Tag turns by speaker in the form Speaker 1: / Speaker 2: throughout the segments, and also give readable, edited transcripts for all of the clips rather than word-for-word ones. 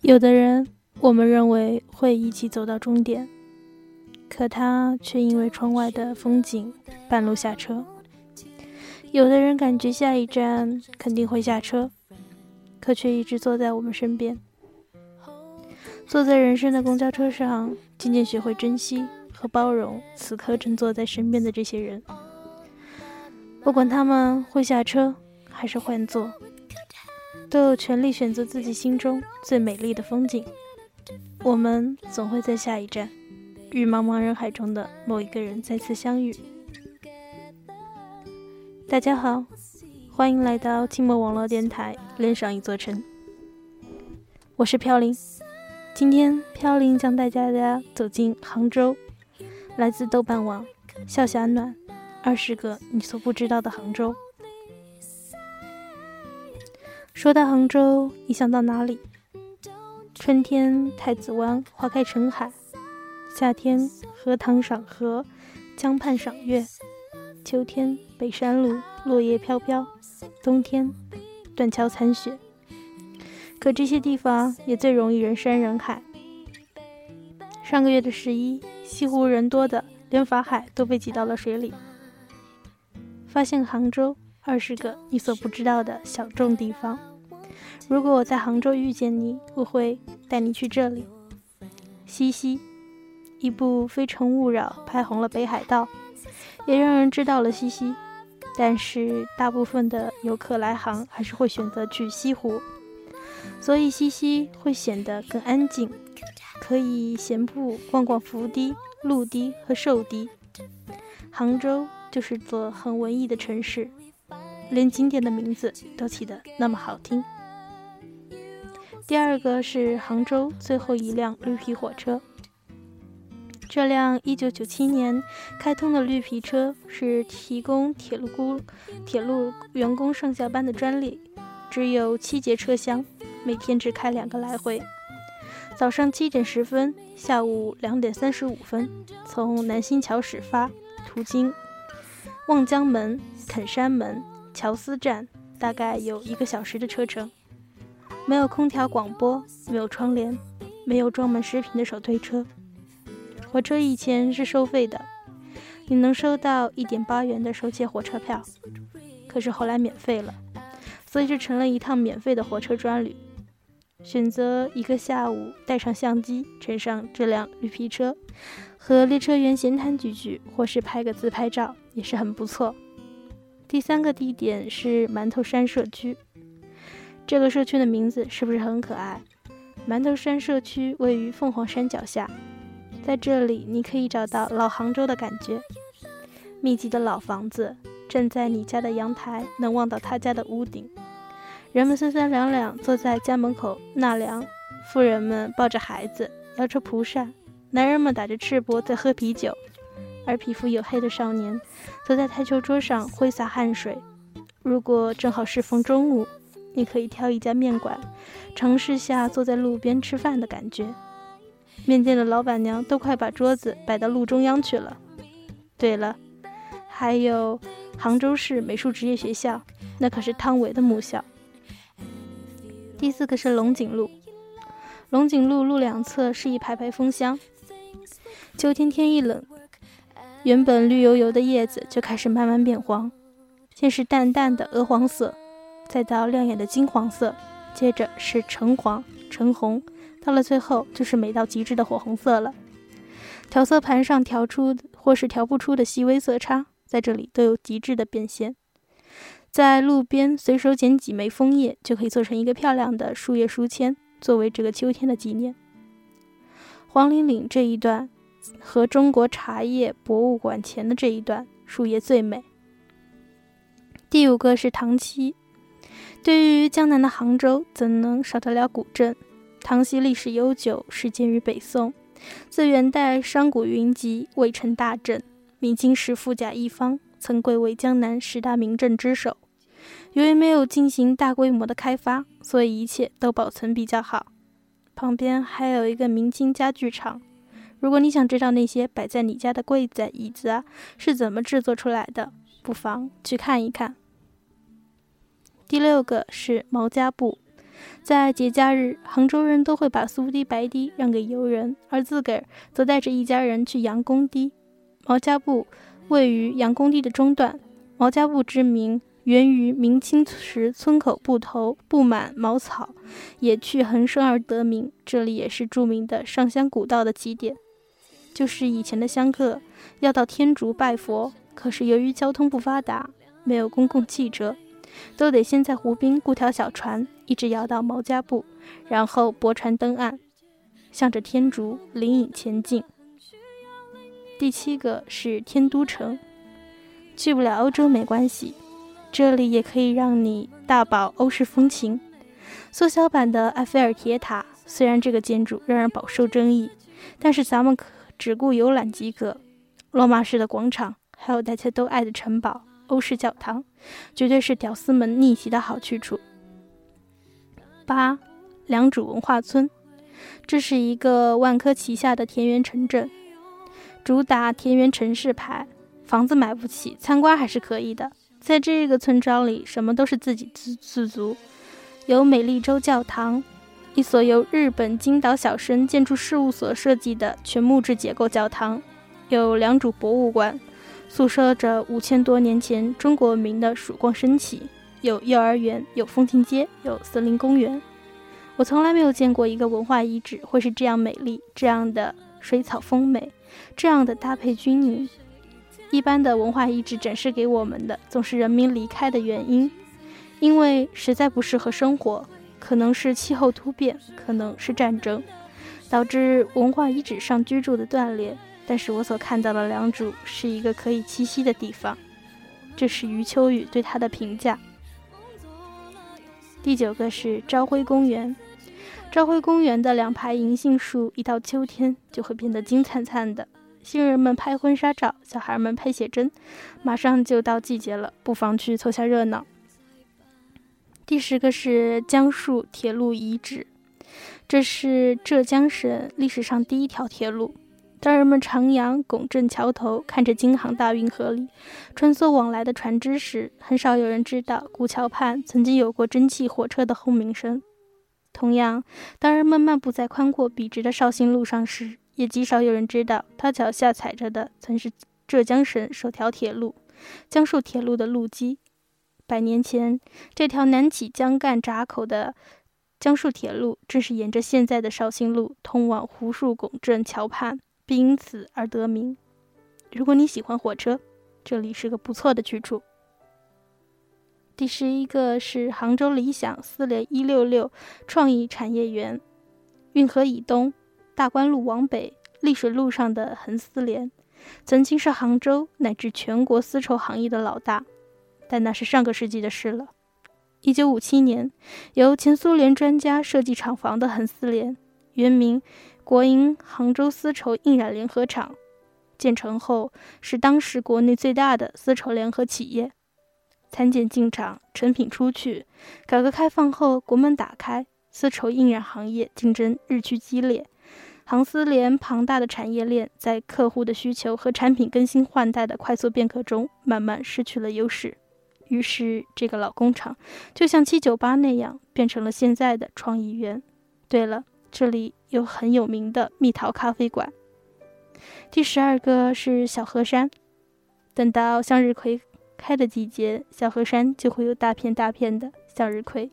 Speaker 1: 有的人，我们认为会一起走到终点，可他却因为窗外的风景半路下车。有的人感觉下一站肯定会下车，可却一直坐在我们身边。坐在人生的公交车上，渐渐学会珍惜和包容此刻正坐在身边的这些人，不管他们会下车还是换座，都有权利选择自己心中最美丽的风景。我们总会在下一站与茫茫人海中的某一个人再次相遇。大家好，欢迎来到清末网络电台恋上一座城，我是飘零。今天飘零将带大家走进杭州，来自豆瓣网笑侠暖20个你所不知道的杭州。说到杭州，你想到哪里？春天太子湾花开成海，夏天荷塘赏荷，江畔赏月，秋天北山路落叶飘飘，冬天断桥残雪。可这些地方也最容易人山人海。上个月的11，西湖人多的连法海都被挤到了水里。发现杭州20个你所不知道的小众地方。如果我在杭州遇见你，我会带你去这里。西溪，一部《非诚勿扰》拍红了北海道，也让人知道了西溪，但是大部分的游客来杭还是会选择去西湖，所以西溪会显得更安静，可以闲步逛逛浮堤、陆堤和瘦堤。杭州就是座很文艺的城市，连景点的名字都起得那么好听。第二个是杭州最后一辆绿皮火车。这辆1997年开通的绿皮车是提供铁路员工上下班的专利，只有7节车厢，每天只开2个来回。早上7点10分，下午2点35分，从南新桥始发，途经望江门、垦山门、乔司站，大概有1个小时的车程。没有空调广播，没有窗帘，没有装满食品的手推车。火车以前是收费的，你能收到1.8元的手写火车票，可是后来免费了，所以这成了一趟免费的火车专旅。选择一个下午，带上相机，乘上这辆绿皮车，和列车员闲谈几句，或是拍个自拍照，也是很不错。第3个地点是馒头山社区。这个社区的名字是不是很可爱？馒头山社区位于凤凰山脚下，在这里你可以找到老杭州的感觉。密集的老房子，站在你家的阳台能望到他家的屋顶，人们三三两两坐在家门口纳凉，妇人们抱着孩子摇着蒲扇，男人们打着赤膊在喝啤酒，而皮肤黝黑的少年坐在台球桌上挥洒汗水。如果正好适逢中午，你可以挑一家面馆，尝试下坐在路边吃饭的感觉。面店的老板娘都快把桌子摆到路中央去了。对了，还有杭州市美术职业学校，那可是汤唯的母校。第4个是龙井路。龙井路路两侧是一排排枫香，秋天天一冷，原本绿油油的叶子就开始慢慢变黄，先是淡淡的鹅黄色，再到亮眼的金黄色，接着是橙黄、橙红，到了最后就是美到极致的火红色了。调色盘上调出或是调不出的细微色差，在这里都有极致的变现。在路边随手捡几枚枫叶，就可以做成一个漂亮的树叶书签，作为这个秋天的纪念。黄陵岭这一段和中国茶叶博物馆前的这一段树叶最美。第5个是唐溪。对于江南的杭州，怎能少得了古镇？唐溪历史悠久，始建于北宋，自元代商贾云集，未成大镇，明清时富甲一方，曾贵为江南10大名镇之首。由于没有进行大规模的开发，所以一切都保存比较好。旁边还有一个明清家具厂，如果你想知道那些摆在你家的柜子、椅子是怎么制作出来的，不妨去看一看。第6个是毛家埠。 在节假日，杭州人都会把苏堤白堤让给游人，而自个儿则带着一家人去杨公堤。毛家埠位于杨公堤的中段，毛家埠之名源于明清时村口埠头布满茅草，野趣横生而得名。这里也是著名的上香古道的起点。就是以前的香客要到天竺拜佛，可是由于交通不发达，没有公共汽车，都得先在湖滨雇条小船，一直摇到毛家埠，然后泊船登岸，向着天竺领引前进。第7个是天都城。去不了欧洲没关系，这里也可以让你大饱欧式风情。缩小版的埃菲尔铁塔，虽然这个建筑让人饱受争议，但是咱们只顾游览即可。罗马式的广场，还有大家都爱的城堡、欧式教堂，绝对是屌丝们逆袭的好去处。8. 良渚文化村。这是一个万科旗下的田园城镇，主打田园城市牌，房子买不起，参观还是可以的。在这个村庄里，什么都是自给自足，有美丽洲教堂，一所由日本金岛小生建筑事务所设计的全木质结构教堂，有良渚博物馆，诉说着5000多年前中国文明的曙光升起，有幼儿园，有风情街，有森林公园。我从来没有见过一个文化遗址会是这样美丽，这样的水草丰美，这样的搭配均匀。一般的文化遗址展示给我们的总是人民离开的原因，因为实在不适合生活，可能是气候突变，可能是战争，导致文化遗址上居住的断裂。但是我所看到的良渚是一个可以栖息的地方，这是余秋雨对它的评价。第9个是朝晖公园。朝晖公园的2排银杏树一到秋天就会变得金灿灿的，新人们拍婚纱照，小孩们拍写真，马上就到季节了，不妨去凑下热闹。第10个是江树铁路遗址。这是浙江省历史上第一条铁路，当人们徜徉拱镇桥头，看着京杭大运河里穿梭往来的船只时，很少有人知道古桥畔曾经有过蒸汽火车的轰鸣声。同样，当人们漫步在宽阔笔直的绍兴路上时，也极少有人知道他脚下踩着的曾是浙江省首条铁路江树铁路的路基。100年前，这条南起江干闸口的江树铁路正是沿着现在的绍兴路通往湖树拱镇桥畔，并因此而得名。如果你喜欢火车，这里是个不错的去处。第11个是杭州理想4联166创意产业园。运河以东，大观路往北，丽水路上的横丝联，曾经是杭州乃至全国丝绸行业的老大，但那是上个世纪的事了。1957年，由前苏联专家设计厂房的横丝联，原名国营杭州丝绸印染联合厂，建成后是当时国内最大的丝绸联合企业。参建进场，成品出去。改革开放后，国门打开，丝绸印染行业竞争日趋激烈。杭丝联庞大的产业链在客户的需求和产品更新换代的快速变革中，慢慢失去了优势。于是，这个老工厂就像798那样，变成了现在的创意园。对了，这里有很有名的蜜桃咖啡馆。第12个是小河山。等到向日葵开的季节，小河山就会有大片大片的向日葵。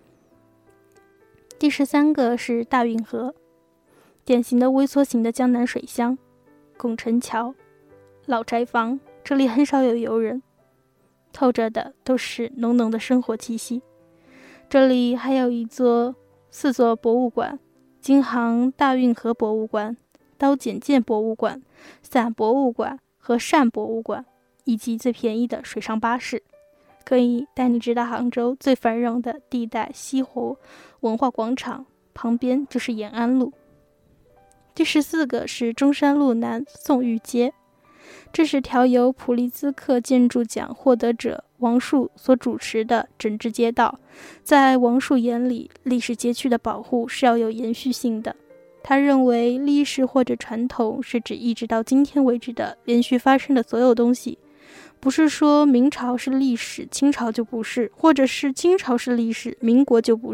Speaker 1: 第13个是大运河，典型的微缩型的江南水乡，拱辰桥、老宅房，这里很少有游人，透着的都是浓浓的生活气息。这里还有4座博物馆：京杭大运河博物馆、刀剪剑博物馆、伞博物馆和扇博物馆，以及最便宜的水上巴士，可以带你直达杭州最繁荣的地带西湖文化广场，旁边就是延安路。第14个是中山路南宋玉街，这是条由普利兹克建筑奖获得者王树所主持的整治街道。在王树眼里，历史街区的保护是要有延续性的。他认为历史或者传统是指一直到今天为止的连续发生的所有东西，不是说明朝是历史，清朝就不是，或者是清朝是历史，民国就不是。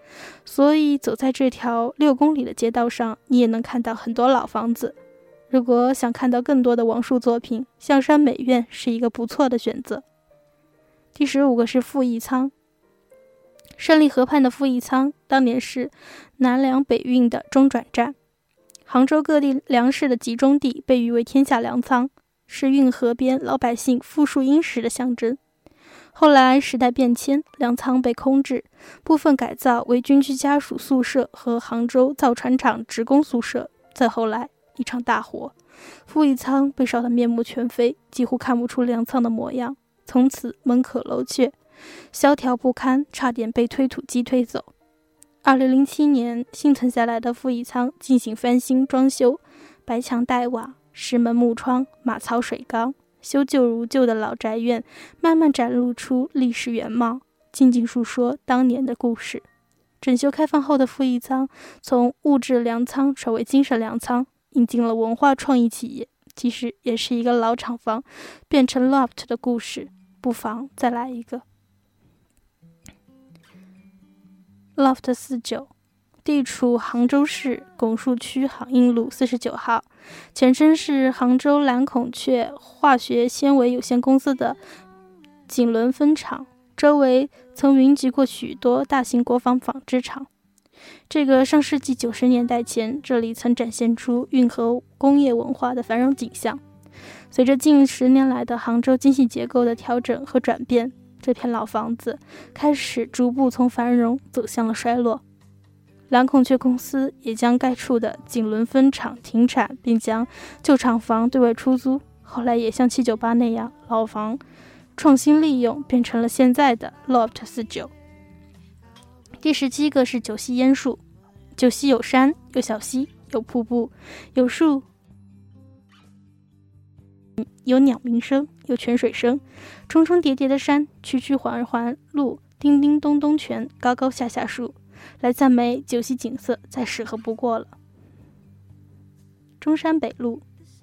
Speaker 1: 所以走在这条6公里的街道上，你也能看到很多老房子。如果想看到更多的王树作品，象山美院是一个不错的选择。第15个是富义仓。胜利河畔的富义仓当年是南粮北运的中转站，杭州各地粮食的集中地，被誉为天下粮仓，是运河边老百姓富庶殷实的象征。后来时代变迁，粮仓被空置，部分改造为军区家属宿舍和杭州造船厂职工宿舍。再后来一场大火，富义仓被烧得面目全非，几乎看不出粮仓的模样，从此门可楼阙，萧条不堪，差点被推土机推走。2007年幸存下来的富义仓进行翻新装修，白墙黛瓦，石门木窗，马槽水缸，修旧如旧的老宅院慢慢展露出历史原貌，静静述说当年的故事。整修开放后的富义仓从物质粮仓转为精神粮仓，引进了文化创意企业，其实也是一个老厂房变成 loft 的故事，不妨再来一个。loft 49地处杭州市拱墅区杭荫路49号，前身是杭州蓝孔雀化学纤维有限公司的锦纶分厂，周围曾云集过许多大型国防纺织厂。这个上世纪90年代前，这里曾展现出运河工业文化的繁荣景象。随着近10年来的杭州经济结构的调整和转变，这片老房子开始逐步从繁荣走向了衰落。蓝孔雀公司也将该处的锦纶分厂停产，并将旧厂房对外出租。后来也像798那样，老房创新利用，变成了现在的 loft 49。第17个是九溪烟树。九溪有山，有小溪，有瀑布，有树，有鸟鸣声，有泉水声，重重叠叠的山，曲曲环环路，叮叮咚咚泉，高高下下树，来赞美九溪景色再适合不过了。中山北路。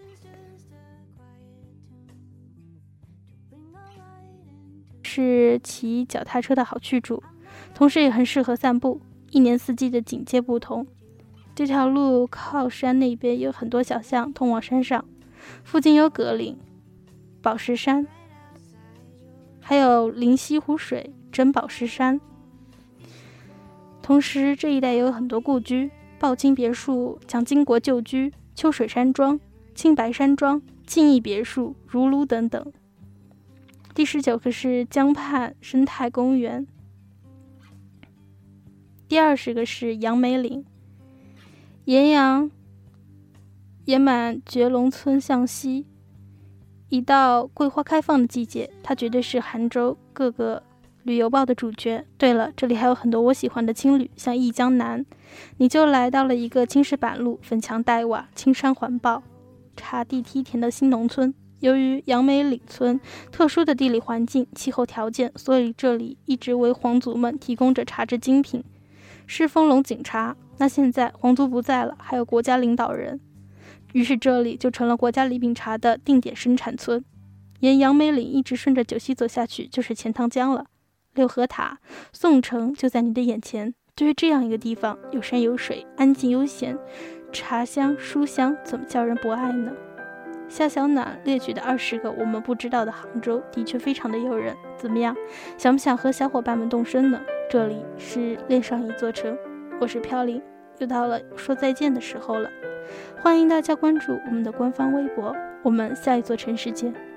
Speaker 1: 是骑脚踏车的好去处，同时也很适合散步，一年四季的景界不同。这条路靠山那边有很多小巷通往山上，附近有葛岭、宝石山，还有灵溪湖水、真宝石山。同时这一带也有很多故居，抱金别墅、蒋经国旧居、秋水山庄、青白山庄、静逸别墅、如庐等等。第19个是江畔生态公园。第20个是杨梅岭。岩阳野满绝龙村向西，一到桂花开放的季节，它绝对是杭州各个旅游报的主角。对了，这里还有很多我喜欢的青旅，像忆江南，你就来到了一个青石板路、粉墙黛瓦、青山环抱、茶地梯田的新农村。由于杨梅岭村特殊的地理环境、气候条件，所以这里一直为皇族们提供着茶之精品，是丰隆景茶。那现在皇族不在了，还有国家领导人，于是这里就成了国家礼品茶的定点生产村。沿杨梅岭一直顺着九溪走下去，就是钱塘江了。六合塔、宋城就在你的眼前。对于这样一个地方，有山有水，安静悠闲，茶香书香，怎么叫人不爱呢？夏小暖列举的20个我们不知道的杭州，的确非常的诱人。怎么样，想不想和小伙伴们动身呢？这里是恋上一座城，我是飘零，又到了说再见的时候了。欢迎大家关注我们的官方微博，我们下一座城市见。